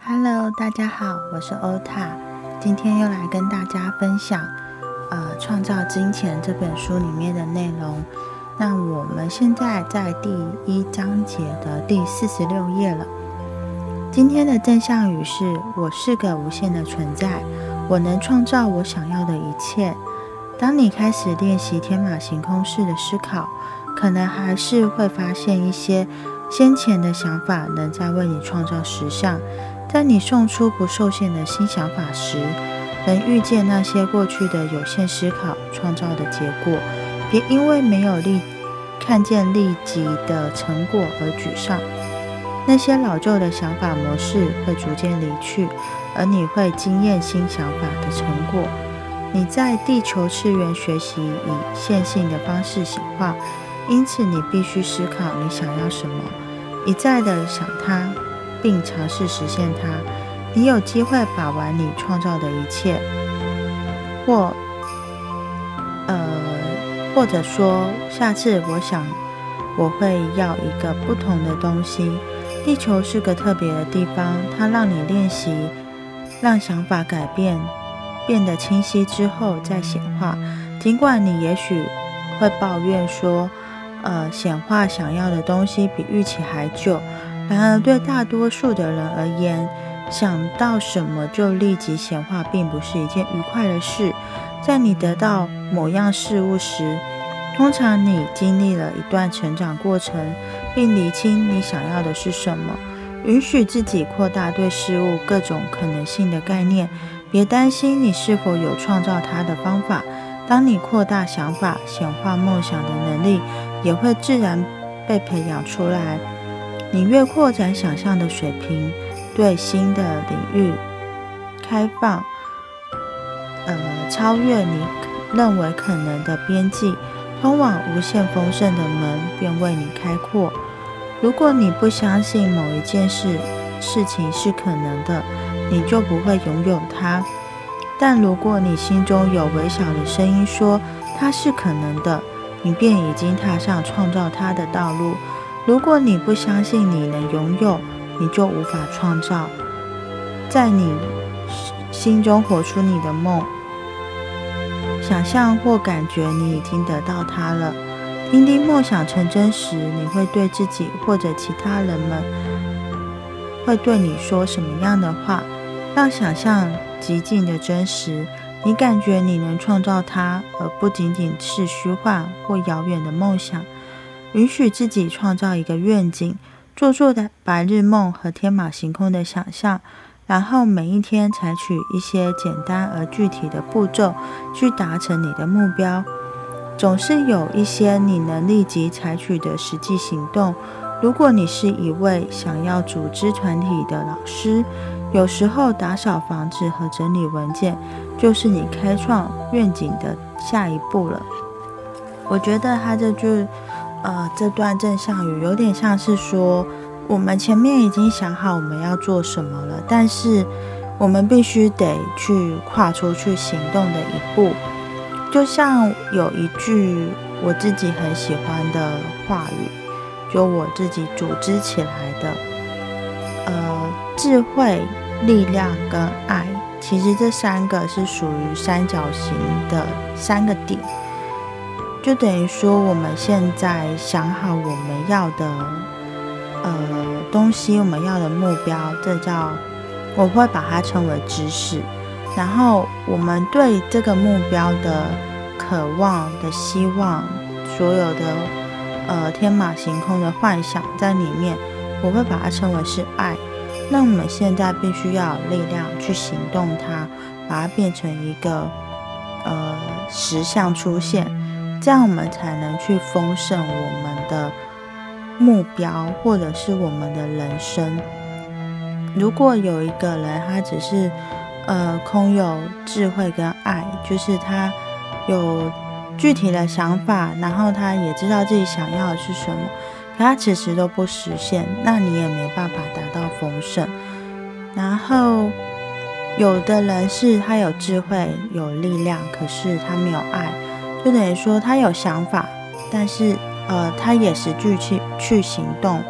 Hello， 大家好，我是欧塔，今天又来跟大家分享创造金钱这本书里面的内容。那我们现在在第1章节的第46页了。今天的正向语是：我是个无限的存在，我能创造我想要的一切。当你开始练习天马行空式的思考，可能还是会发现一些先前的想法能在为你创造实相。在你送出不受限的新想法时，能预见那些过去的有限思考创造的结果。别因为没有看见立即的成果而沮丧。那些老旧的想法模式会逐渐离去，而你会经验新想法的成果。你在地球次元学习以线性的方式显化，因此你必须思考你想要什么，一再的想它，并尝试实现它。你有机会把玩你创造的一切，或者说下次我想我会要一个不同的东西。地球是个特别的地方，它让你练习让想法改变，变得清晰之后再显化。尽管你也许会抱怨说显化想要的东西比预期还久，然而对大多数的人而言，想到什么就立即显化并不是一件愉快的事。在你得到某样事物时，通常你经历了一段成长过程，并厘清你想要的是什么。允许自己扩大对事物各种可能性的概念，别担心你是否有创造它的方法。当你扩大想法、显化梦想的能力，也会自然被培养出来。你越扩展想象的水平，对新的领域开放，超越你认为可能的边际，通往无限丰盛的门便为你开阔。如果你不相信某一件事情是可能的，你就不会拥有它。但如果你心中有微小的声音说它是可能的，你便已经踏上创造它的道路。如果你不相信你能拥有，你就无法创造。在你心中活出你的梦，想象或感觉你已经得到它了。听听梦想成真时，你会对自己或者其他人们会对你说什么样的话？让想象极尽的真实，你感觉你能创造它，而不仅仅是虚幻或遥远的梦想。允许自己创造一个愿景，做的白日梦和天马行空的想象，然后每一天采取一些简单而具体的步骤去达成你的目标。总是有一些你能立即采取的实际行动。如果你是一位想要组织团体的老师，有时候打扫房子和整理文件就是你开创愿景的下一步了。我觉得他这段正向语有点像是说，我们前面已经想好我们要做什么了，但是我们必须得去跨出去行动的一步。就像有一句我自己很喜欢的话语，就我自己组织起来的，智慧、力量跟爱，其实这3个是属于三角形的3个点。就等于说我们现在想好我们要的东西，我们要的目标，我会把它称为知识。然后我们对这个目标的渴望的希望，所有的天马行空的幻想在里面，我会把它称为是爱。那我们现在必须要有力量去行动它，把它变成一个实相出现，这样我们才能去丰盛我们的目标或者是我们的人生。如果有一个人他只是空有智慧跟爱，就是他有具体的想法，然后他也知道自己想要的是什么，可他迟迟都不实现，那你也没办法达到丰盛。然后有的人是他有智慧有力量，可是他没有爱，就等于说他有想法，但是他也实际去行动，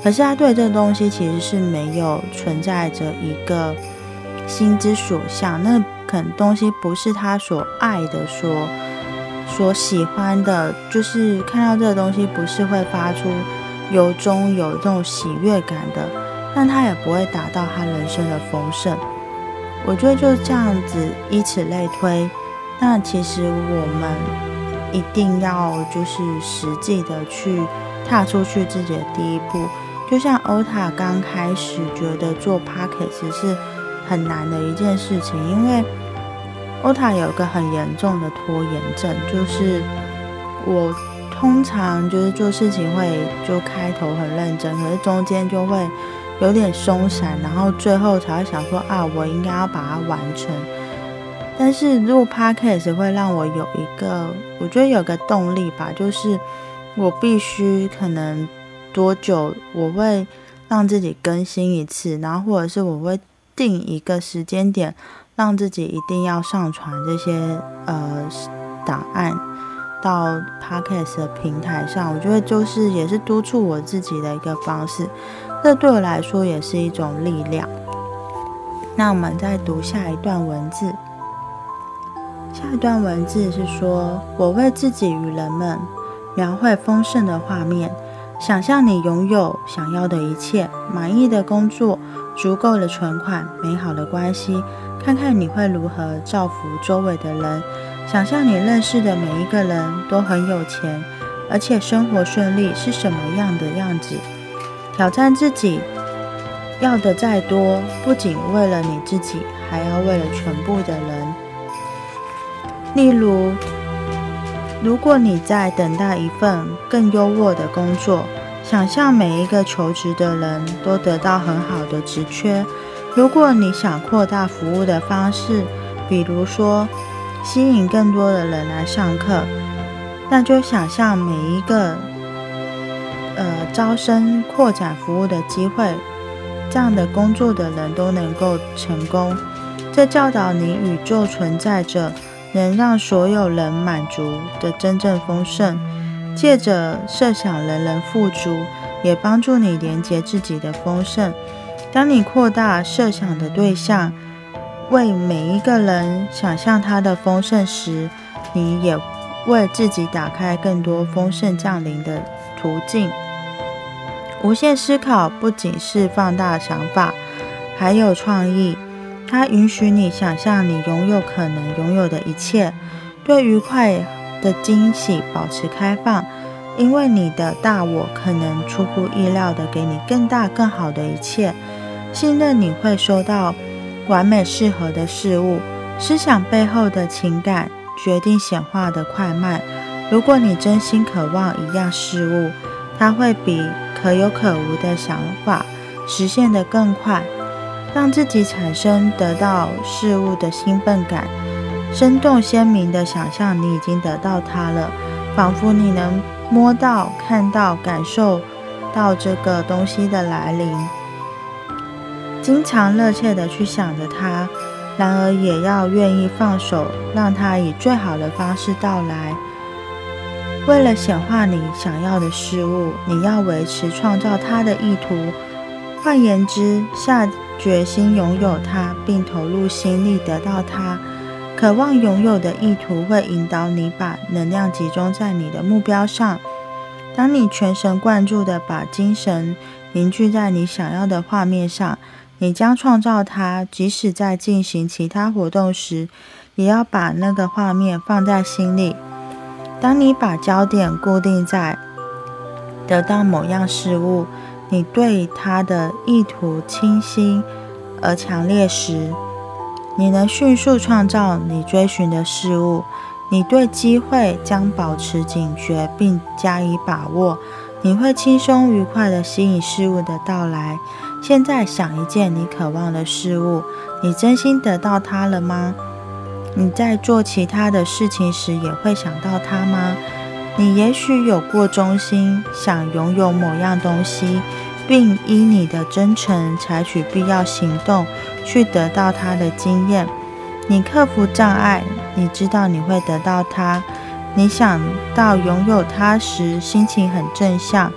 可是他对这个东西其实是没有存在着一个心之所向，那可能东西不是他所爱的，所喜欢的，就是看到这个东西不是会发出由衷有这种喜悦感的，但他也不会达到他人生的丰盛。我觉得就这样子以此类推，那其实我们一定要就是实际的去踏出去自己的第一步。就像欧塔刚开始觉得做 Podcast 是很难的一件事情，因为欧塔有一个很严重的拖延症，就是我通常就是做事情会就开头很认真，可是中间就会有点松散，然后最后才会想说我应该要把它完成。但是录 Podcast 会让我有一个，我觉得有个动力吧，就是我必须可能多久我会让自己更新一次，然后或者是我会定一个时间点，让自己一定要上传这些档案到 Podcast 的平台上。我觉得就是也是督促我自己的一个方式，这对我来说也是一种力量。那我们再读下一段文字。下一段文字是说，我为自己与人们描绘丰盛的画面，想象你拥有想要的一切，满意的工作，足够的存款，美好的关系，看看你会如何造福周围的人。想象你认识的每一个人都很有钱，而且生活顺利，是什么样的样子。挑战自己，要的再多，不仅为了你自己，还要为了全部的人。例如，如果你在等待一份更优渥的工作，想象每一个求职的人都得到很好的职缺。如果你想扩大服务的方式，比如说吸引更多的人来上课，那就想象每一个招生扩展服务的机会，这样的工作的人都能够成功。这教导你宇宙存在着能让所有人满足的真正丰盛，借着设想人人富足，也帮助你连接自己的丰盛。当你扩大设想的对象，为每一个人想象他的丰盛时，你也为自己打开更多丰盛降临的途径。无限思考不仅是放大想法，还有创意。它允许你想象你拥有可能拥有的一切，对愉快的惊喜保持开放，因为你的大我可能出乎意料的给你更大更好的一切。信任你会收到完美适合的事物，思想背后的情感决定显化的快慢。如果你真心渴望一样事物，它会比可有可无的想法实现得更快。让自己产生得到事物的兴奋感，生动鲜明的想象你已经得到它了，仿佛你能摸到、看到、感受到这个东西的来临。经常热切的去想着它，然而也要愿意放手，让它以最好的方式到来。为了显化你想要的事物，你要维持创造它的意图。换言之，下决心拥有它，并投入心力得到它。渴望拥有的意图会引导你把能量集中在你的目标上。当你全神贯注地把精神凝聚在你想要的画面上，你将创造它。即使在进行其他活动时，也要把那个画面放在心里。当你把焦点固定在得到某样事物，你对它的意图清晰而强烈时，你能迅速创造你追寻的事物。你对机会将保持警觉并加以把握，你会轻松愉快地吸引事物的到来。现在想一件你渴望的事物，你真心得到它了吗？你在做其他的事情时也会想到它吗？你也许有过衷心想拥有某样东西，并依你的真诚采取必要行动去得到它的经验。你克服障碍，你知道你会得到它。你想到拥有它时，心情很正向，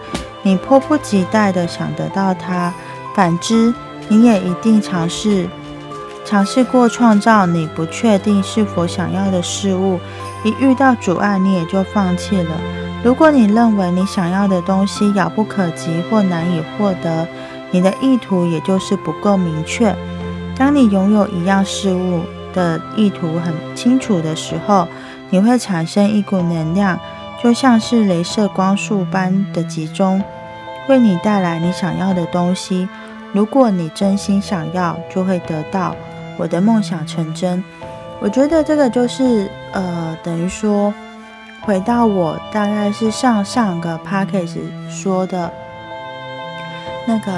你迫不及待的想得到它。反之，你也一定尝试过创造你不确定是否想要的事物，一遇到阻碍，你也就放弃了。如果你认为你想要的东西遥不可及或难以获得，你的意图也就是不够明确。当你拥有一样事物的意图很清楚的时候，你会产生一股能量，就像是雷射光束般的集中，为你带来你想要的东西。如果你真心想要，就会得到。我的梦想成真。我觉得这个就是等于说回到我大概是上个 podcast 说的那个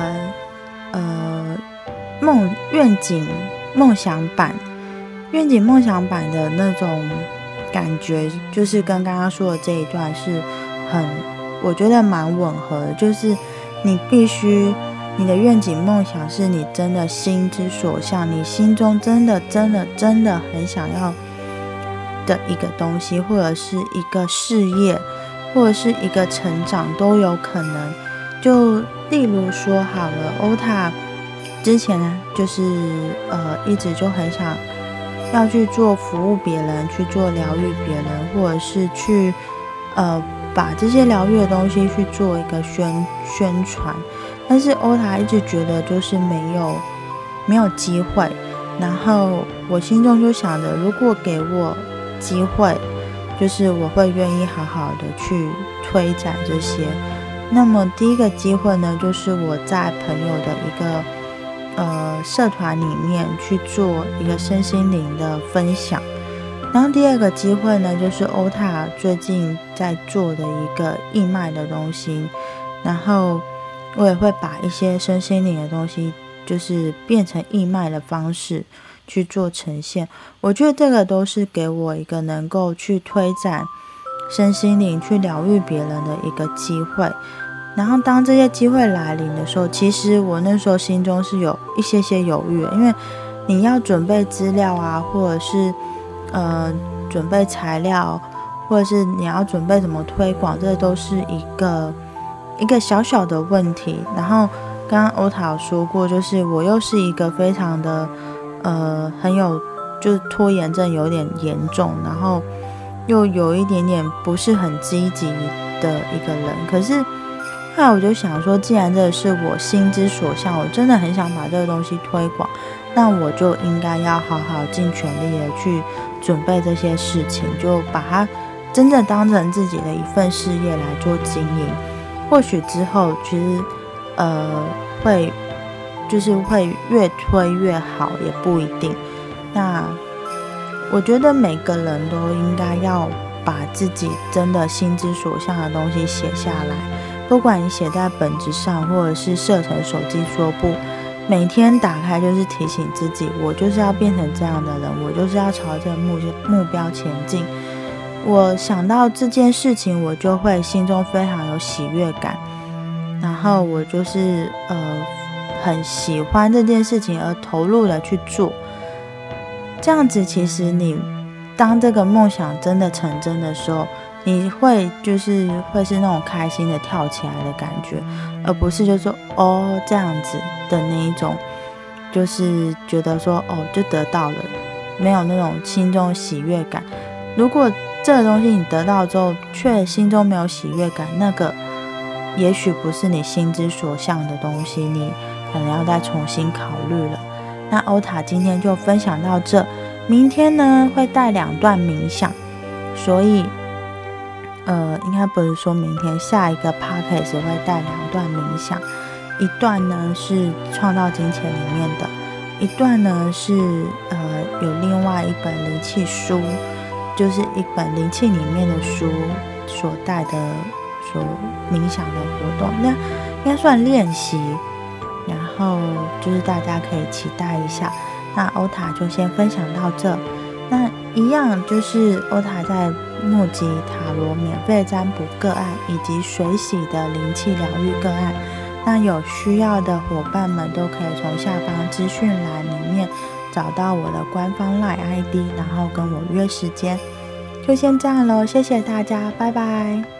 愿景梦想版的那种感觉，就是跟刚刚说的这一段是我觉得蛮吻合的。就是你必须，你的愿景梦想是你真的心之所向，你心中真的很想要的一个东西，或者是一个事业，或者是一个成长都有可能。就例如说好了，欧塔之前呢，就是一直就很想要去做服务别人，去做疗愈别人，或者是去把这些疗愈的东西去做一个宣传。但是欧塔一直觉得就是没有机会，然后我心中就想着，如果给我机会，就是我会愿意好好的去推展这些。那么第一个机会呢，就是我在朋友的一个社团里面去做一个身心灵的分享。然后第二个机会呢，就是欧塔最近在做的一个义卖的东西，然后我也会把一些身心灵的东西就是变成义卖的方式去做呈现。我觉得这个都是给我一个能够去推展身心灵，去疗愈别人的一个机会。然后当这些机会来临的时候，其实我那时候心中是有一些犹豫的，因为你要准备资料啊，或者是准备材料，或者是你要准备怎么推广，这都是一个小小的问题。然后刚刚欧塔有说过，就是我又是一个非常的很有就是拖延症有点严重，然后又有一点点不是很积极的一个人。可是后来我就想说，既然这是我心之所向，我真的很想把这个东西推广，那我就应该要好好尽全力的去准备这些事情，就把它真的当成自己的一份事业来做经营。或许之后其实会越推越好，也不一定。那我觉得每个人都应该要把自己真的心之所向的东西写下来，不管你写在本子上，或者是设成手机桌布，每天打开就是提醒自己，我就是要变成这样的人，我就是要朝这个目标前进。我想到这件事情，我就会心中非常有喜悦感，然后我就是很喜欢这件事情而投入的去做。这样子其实你当这个梦想真的成真的时候，你会是那种开心的跳起来的感觉，而不是就说这样子的那一种，就是觉得说就得到了，没有那种心中的喜悦感。如果这个东西你得到之后却心中没有喜悦感，那个也许不是你心之所向的东西，你可能要再重新考虑了。那欧塔今天就分享到这，明天呢会带2段冥想，所以应该不是说明天，下一个 podcast 会带2段冥想，一段呢是创造金钱里面的，一段呢是有另外一本灵气书，就是一本灵气里面的书所带的所冥想的活动，那应该算练习，然后就是大家可以期待一下。那欧塔就先分享到这。那一样就是欧塔在募集塔罗免费占卜个案以及水洗的灵气疗愈个案，那有需要的伙伴们都可以从下方资讯栏里面找到我的官方 LINE ID， 然后跟我约时间。就先这样咯，谢谢大家，拜拜。